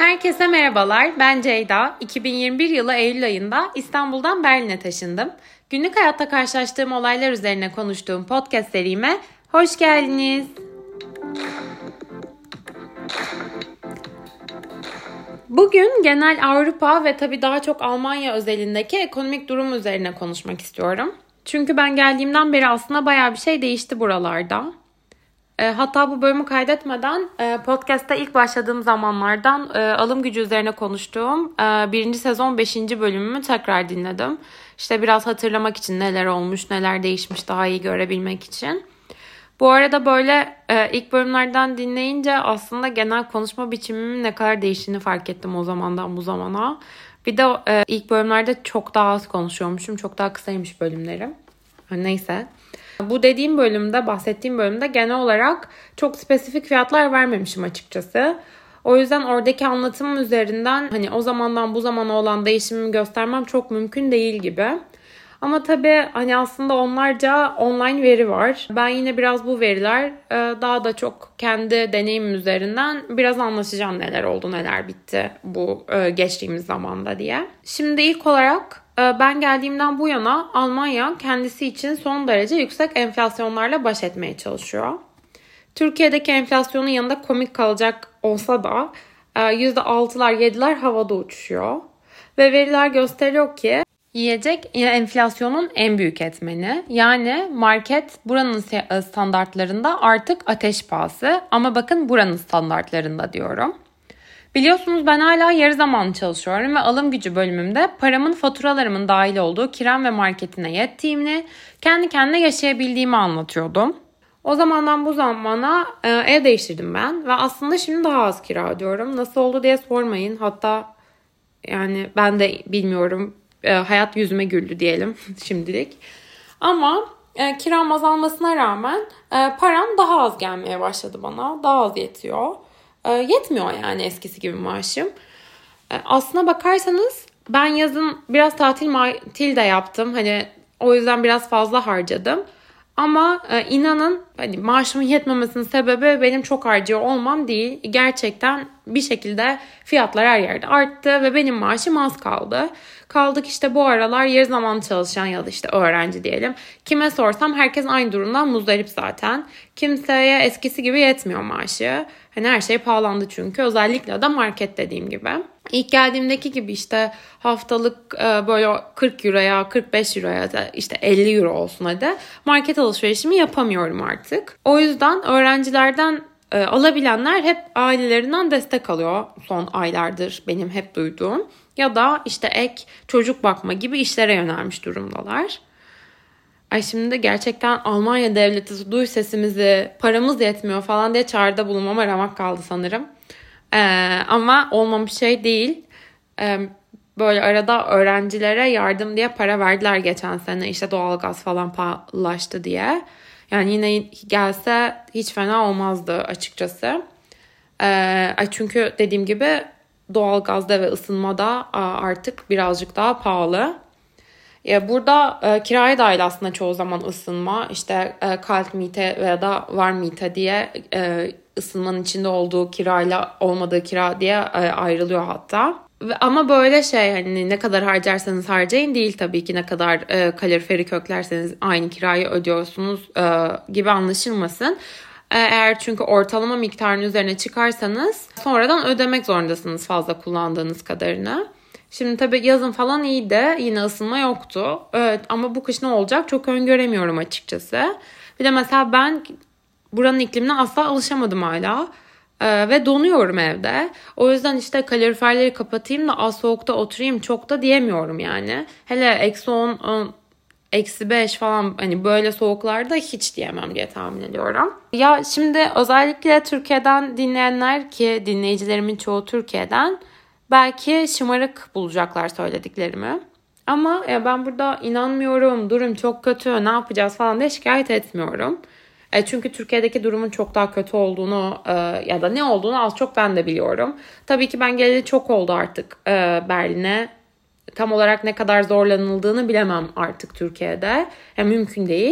Herkese merhabalar, ben Ceyda. 2021 yılı Eylül ayında İstanbul'dan Berlin'e taşındım. Günlük hayatta karşılaştığım olaylar üzerine konuştuğum podcast serime hoş geldiniz. Bugün genel Avrupa ve tabii daha çok Almanya özelindeki ekonomik durum üzerine konuşmak istiyorum. Çünkü ben geldiğimden beri aslında bayağı bir şey değişti buralarda. Hatta bu bölümü kaydetmeden podcast'ta ilk başladığım zamanlardan alım gücü üzerine konuştuğum 1. sezon 5. bölümümü tekrar dinledim. İşte biraz hatırlamak için neler olmuş, neler değişmiş daha iyi görebilmek için. Bu arada böyle ilk bölümlerden dinleyince aslında genel konuşma biçimimin ne kadar değiştiğini fark ettim o zamandan bu zamana. Bir de ilk bölümlerde çok daha az konuşuyormuşum, çok daha kısaymış bölümlerim. Neyse. Bu dediğim bölümde, bahsettiğim bölümde genel olarak çok spesifik fiyatlar vermemişim açıkçası. O yüzden oradaki anlatımın üzerinden hani o zamandan bu zamana olan değişimimi göstermem çok mümkün değil gibi. Ama tabii hani aslında onlarca online veri var. Ben yine biraz bu veriler daha da çok kendi deneyimim üzerinden biraz anlatacağım neler oldu, neler bitti bu geçtiğimiz zamanda diye. Şimdi ilk olarak ben geldiğimden bu yana Almanya kendisi için son derece yüksek enflasyonlarla baş etmeye çalışıyor. Türkiye'deki enflasyonun yanında komik kalacak olsa da %6'lar 7'ler havada uçuşuyor. Ve veriler gösteriyor ki yiyecek enflasyonun en büyük etmeni. Yani market buranın standartlarında artık ateş pahası. Ama bakın buranın standartlarında diyorum. Biliyorsunuz ben hala yarı zamanlı çalışıyorum ve alım gücü bölümümde paramın faturalarımın dahil olduğu kiram ve marketine yettiğini, kendi kendine yaşayabildiğimi anlatıyordum. O zamandan bu zamana ev değiştirdim ben ve aslında şimdi daha az kira ödüyorum. Nasıl oldu diye sormayın. Hatta yani ben de bilmiyorum. Hayat yüzüme güldü diyelim şimdilik. Ama kiram azalmasına rağmen param daha az gelmeye başladı bana. Daha az yetiyor. Yetmiyor yani eskisi gibi maaşım. Aslına bakarsanız ben yazın biraz tatil de yaptım. Hani o yüzden biraz fazla harcadım. Ama inanın hani maaşımın yetmemesinin sebebi benim çok harcıyor olmam değil. Gerçekten bir şekilde fiyatlar her yerde arttı ve benim maaşım az kaldı. Kaldık işte bu aralar yarı zamanlı çalışan ya da işte öğrenci diyelim. Kime sorsam herkes aynı durumdan muzdarip zaten. Kimseye eskisi gibi yetmiyor maaşı. Hani her şey pahalandı çünkü özellikle de market dediğim gibi. İlk geldiğimdeki gibi işte haftalık böyle 40 euroya 45 euroya da işte 50 euro olsun hadi market alışverişimi yapamıyorum artık. O yüzden öğrencilerden alabilenler hep ailelerinden destek alıyor son aylardır benim hep duyduğum. Ya da işte ek çocuk bakma gibi işlere yönelmiş durumdalar. Ay şimdi de gerçekten Almanya devleti duy sesimizi paramız yetmiyor falan diye çağrıda bulunmama ramak kaldı sanırım. Ama olmamış şey değil. Böyle arada öğrencilere yardım diye para verdiler geçen sene. İşte doğalgaz falan pahalılaştı diye. Yani yine gelse hiç fena olmazdı açıkçası. Çünkü dediğim gibi doğalgazda ve ısınmada artık birazcık daha pahalı. Burada kiraya dahil aslında çoğu zaman ısınma. İşte Kaltmiete veya da Warmmiete diye ısınmanın içinde olduğu kirayla olmadığı kira diye ayrılıyor hatta. Ama böyle şey hani ne kadar harcarsanız harcayın değil tabii ki ne kadar kaloriferi köklerseniz aynı kirayı ödüyorsunuz gibi anlaşılmasın. Eğer çünkü ortalama miktarın üzerine çıkarsanız sonradan ödemek zorundasınız fazla kullandığınız kadarını. Şimdi tabii yazın falan iyiydi. Yine ısınma yoktu. Evet, ama bu kış ne olacak çok öngöremiyorum açıkçası. Bir de mesela ben buranın iklimine asla alışamadım hala. Ve donuyorum evde. O yüzden işte kaloriferleri kapatayım da az soğukta oturayım çok da diyemiyorum yani. Hele -10, -5 falan hani böyle soğuklarda hiç diyemem diye tahmin ediyorum. Ya şimdi özellikle Türkiye'den dinleyenler ki dinleyicilerimin çoğu Türkiye'den belki şımarık bulacaklar söylediklerimi. Ama ben burada inanmıyorum, durum çok kötü, ne yapacağız falan diye şikayet etmiyorum. Çünkü Türkiye'deki durumun çok daha kötü olduğunu ya da ne olduğunu az çok ben de biliyorum. Tabii ki ben geleli çok oldu artık Berlin'e. Tam olarak ne kadar zorlanıldığını bilemem artık Türkiye'de. Yani mümkün değil.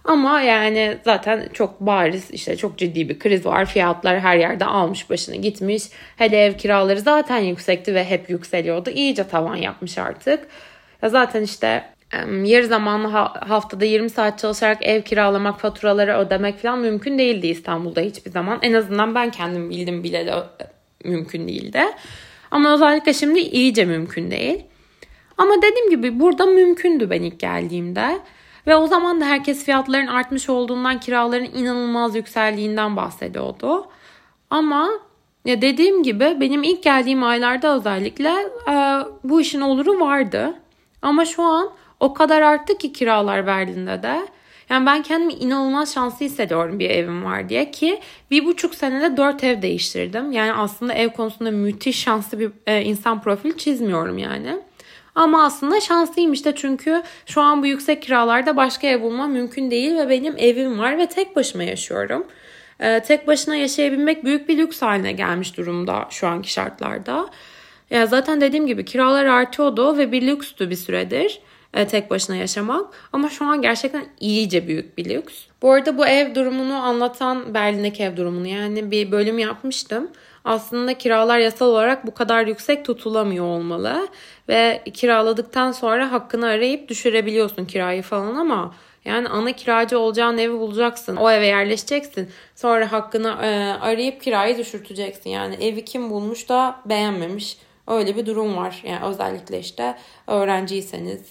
Ama yani zaten çok bariz, işte çok ciddi bir kriz var. Fiyatlar her yerde almış başını gitmiş. Hele ev kiraları zaten yüksekti ve hep yükseliyordu. İyice tavan yapmış artık. Ya zaten işte yarı zamanlı haftada 20 saat çalışarak ev kiralamak, faturaları ödemek falan mümkün değildi İstanbul'da hiçbir zaman. En azından ben kendim bildim bileli mümkün değildi. Ama özellikle şimdi iyice mümkün değil. Ama dediğim gibi burada mümkündü ben ilk geldiğimde. Ve o zaman da herkes fiyatların artmış olduğundan, kiraların inanılmaz yükseldiğinden bahsediyordu. Ama ya dediğim gibi benim ilk geldiğim aylarda özellikle bu işin oluru vardı. Ama şu an o kadar arttı ki kiralar Berlin'de de. Yani ben kendimi inanılmaz şanslı hissediyorum bir evim var diye ki 1,5 senede 4 ev değiştirdim. Yani aslında ev konusunda müthiş şanslı bir insan profili çizmiyorum yani. Ama aslında şanslıyım işte çünkü şu an bu yüksek kiralarda başka ev bulmam mümkün değil ve benim evim var ve tek başıma yaşıyorum. Tek başına yaşayabilmek büyük bir lüks haline gelmiş durumda şu anki şartlarda. Ya zaten dediğim gibi kiralar artıyordu ve bir lükstü bir süredir tek başına yaşamak. Ama şu an gerçekten iyice büyük bir lüks. Bu arada bu ev durumunu anlatan Berlin'deki ev durumunu yani bir bölüm yapmıştım. Aslında kiralar yasal olarak bu kadar yüksek tutulamıyor olmalı. Ve kiraladıktan sonra hakkını arayıp düşürebiliyorsun kirayı falan ama yani ana kiracı olacağın evi bulacaksın. O eve yerleşeceksin. Sonra hakkını arayıp kirayı düşürteceksin. Yani evi kim bulmuş da beğenmemiş. Öyle bir durum var. Yani özellikle işte öğrenciyseniz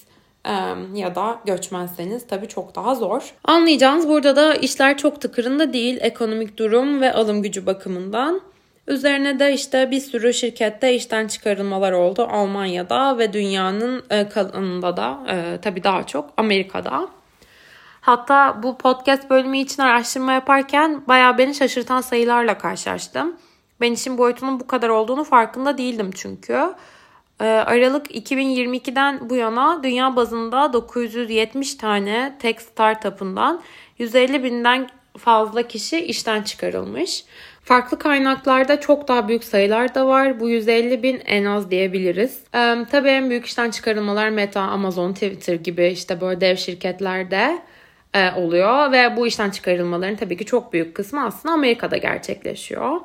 ya da göçmenseniz tabii çok daha zor. Anlayacağınız burada da işler çok tıkırında değil ekonomik durum ve alım gücü bakımından. Üzerine de işte bir sürü şirkette işten çıkarılmalar oldu Almanya'da ve dünyanın kalanında da tabii daha çok Amerika'da. Hatta bu podcast bölümü için araştırma yaparken bayağı beni şaşırtan sayılarla karşılaştım. Ben işin boyutunun bu kadar olduğunu farkında değildim çünkü. Aralık 2022'den bu yana dünya bazında 970 tane tech startup'ından 150 binden fazla kişi işten çıkarılmış. Farklı kaynaklarda çok daha büyük sayılar da var. Bu 150 bin en az diyebiliriz. Tabii en büyük işten çıkarılmalar Meta, Amazon, Twitter gibi işte böyle dev şirketlerde oluyor. Ve bu işten çıkarılmaların tabii ki çok büyük kısmı aslında Amerika'da gerçekleşiyor.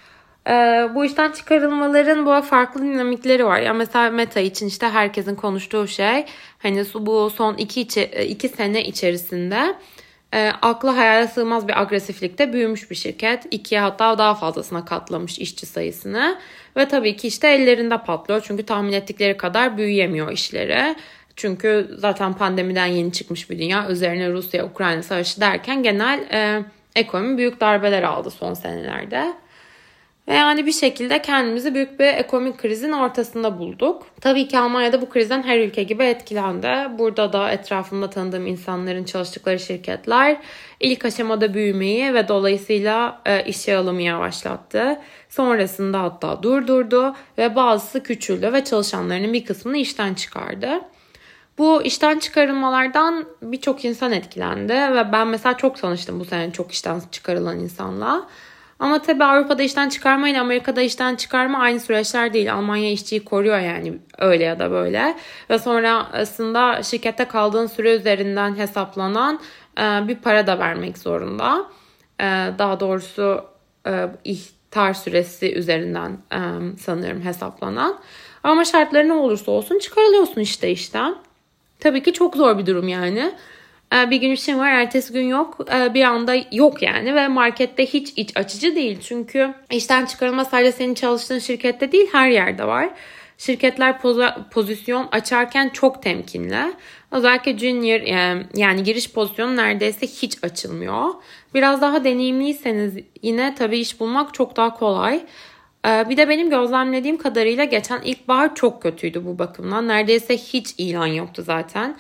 Bu işten çıkarılmaların bu farklı dinamikleri var. Ya mesela Meta için işte herkesin konuştuğu şey hani bu son 2 sene içerisinde akla hayale sığmaz bir agresiflikte büyümüş bir şirket. 2'ye hatta daha fazlasına katlamış işçi sayısını. Ve tabii ki işte ellerinde patlıyor. Çünkü tahmin ettikleri kadar büyüyemiyor işleri. Çünkü zaten pandemiden yeni çıkmış bir dünya. Üzerine Rusya-Ukrayna savaşı derken genel ekonomi büyük darbeler aldı son senelerde. Ve yani bir şekilde kendimizi büyük bir ekonomik krizin ortasında bulduk. Tabii ki Almanya'da bu krizden her ülke gibi etkilendi. Burada da etrafımda tanıdığım insanların çalıştıkları şirketler ilk aşamada büyümeyi ve dolayısıyla işe alımı yavaşlattı. Sonrasında hatta durdurdu ve bazısı küçüldü ve çalışanlarının bir kısmını işten çıkardı. Bu işten çıkarılmalardan birçok insan etkilendi ve ben mesela çok tanıştım bu sene çok işten çıkarılan insanla. Ama tabii Avrupa'da işten çıkarma ile Amerika'da işten çıkarma aynı süreçler değil. Almanya işçiyi koruyor yani öyle ya da böyle. Ve sonrasında şirkette kaldığın süre üzerinden hesaplanan bir para da vermek zorunda. Daha doğrusu ihtar süresi üzerinden sanırım hesaplanan. Ama şartları ne olursa olsun çıkarılıyorsun işte işten. Tabii ki çok zor bir durum yani. Bir gün işin var, ertesi gün yok. Bir anda yok yani ve markette hiç iç açıcı değil. Çünkü işten çıkarılma sadece senin çalıştığın şirkette değil her yerde var. Şirketler pozisyon açarken çok temkinli. Özellikle junior yani giriş pozisyonu neredeyse hiç açılmıyor. Biraz daha deneyimliyseniz yine tabii iş bulmak çok daha kolay. Bir de benim gözlemlediğim kadarıyla geçen ilkbahar çok kötüydü bu bakımdan. Neredeyse hiç ilan yoktu zaten.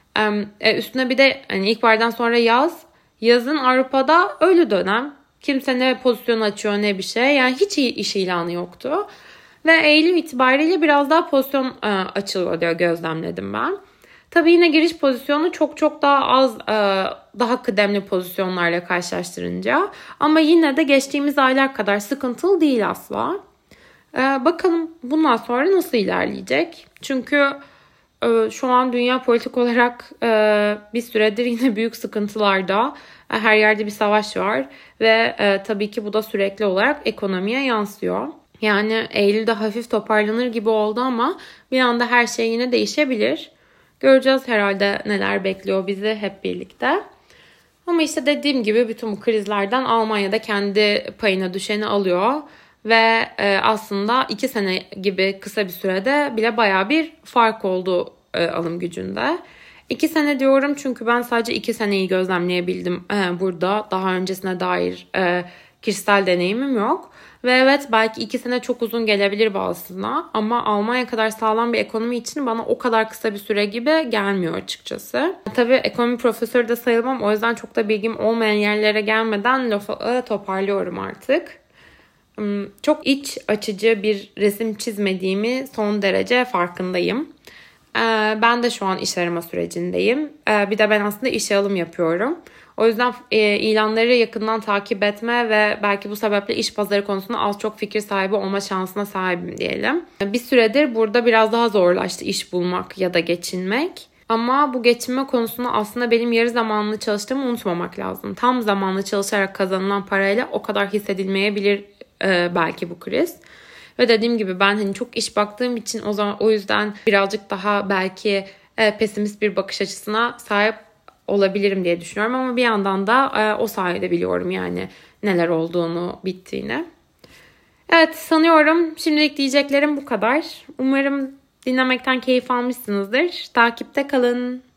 Üstüne bir de hani ilkbahardan sonra yazın Avrupa'da ölü dönem. Kimse ne pozisyon açıyor ne bir şey. Yani hiç iş ilanı yoktu. Ve Eylül itibariyle biraz daha pozisyon açılıyor diye gözlemledim ben. Tabii yine giriş pozisyonu çok daha az daha kıdemli pozisyonlarla karşılaştırınca. Ama yine de geçtiğimiz aylar kadar sıkıntılı değil asla. Bakalım bundan sonra nasıl ilerleyecek? Çünkü Şu an dünya politik olarak bir süredir yine büyük sıkıntılarda. Her yerde bir savaş var ve tabii ki bu da sürekli olarak ekonomiye yansıyor. Yani Eylül'de hafif toparlanır gibi oldu ama bir anda her şey yine değişebilir. Göreceğiz herhalde neler bekliyor bizi hep birlikte. Ama işte dediğim gibi bütün bu krizlerden Almanya'da kendi payına düşeni alıyor. Ve aslında 2 sene gibi kısa bir sürede bile baya bir fark oldu alım gücünde. 2 sene diyorum çünkü ben sadece 2 seneyi gözlemleyebildim burada. Daha öncesine dair kişisel deneyimim yok. Ve evet belki 2 sene çok uzun gelebilir bazısına ama Almanya kadar sağlam bir ekonomi için bana o kadar kısa bir süre gibi gelmiyor açıkçası. Tabii ekonomi profesörü de sayılmam, o yüzden çok da bilgim olmayan yerlere gelmeden lafı toparlıyorum artık. Çok iç açıcı bir resim çizmediğimi son derece farkındayım. Ben de şu an iş arama sürecindeyim. Bir de ben aslında işe alım yapıyorum. O yüzden ilanları yakından takip etme ve belki bu sebeple iş pazarı konusunda az çok fikir sahibi olma şansına sahibim diyelim. Bir süredir burada biraz daha zorlaştı iş bulmak ya da geçinmek. Ama bu geçinme konusunda aslında benim yarı zamanlı çalıştığımı unutmamak lazım. Tam zamanlı çalışarak kazanılan parayla o kadar hissedilmeyebilir belki bu kriz. Ve dediğim gibi ben hani çok iş baktığım için o yüzden birazcık daha belki pesimist bir bakış açısına sahip olabilirim diye düşünüyorum. Ama bir yandan da o sayede biliyorum yani neler olduğunu, bittiğini. Evet, sanıyorum şimdilik diyeceklerim bu kadar. Umarım dinlemekten keyif almışsınızdır. Takipte kalın.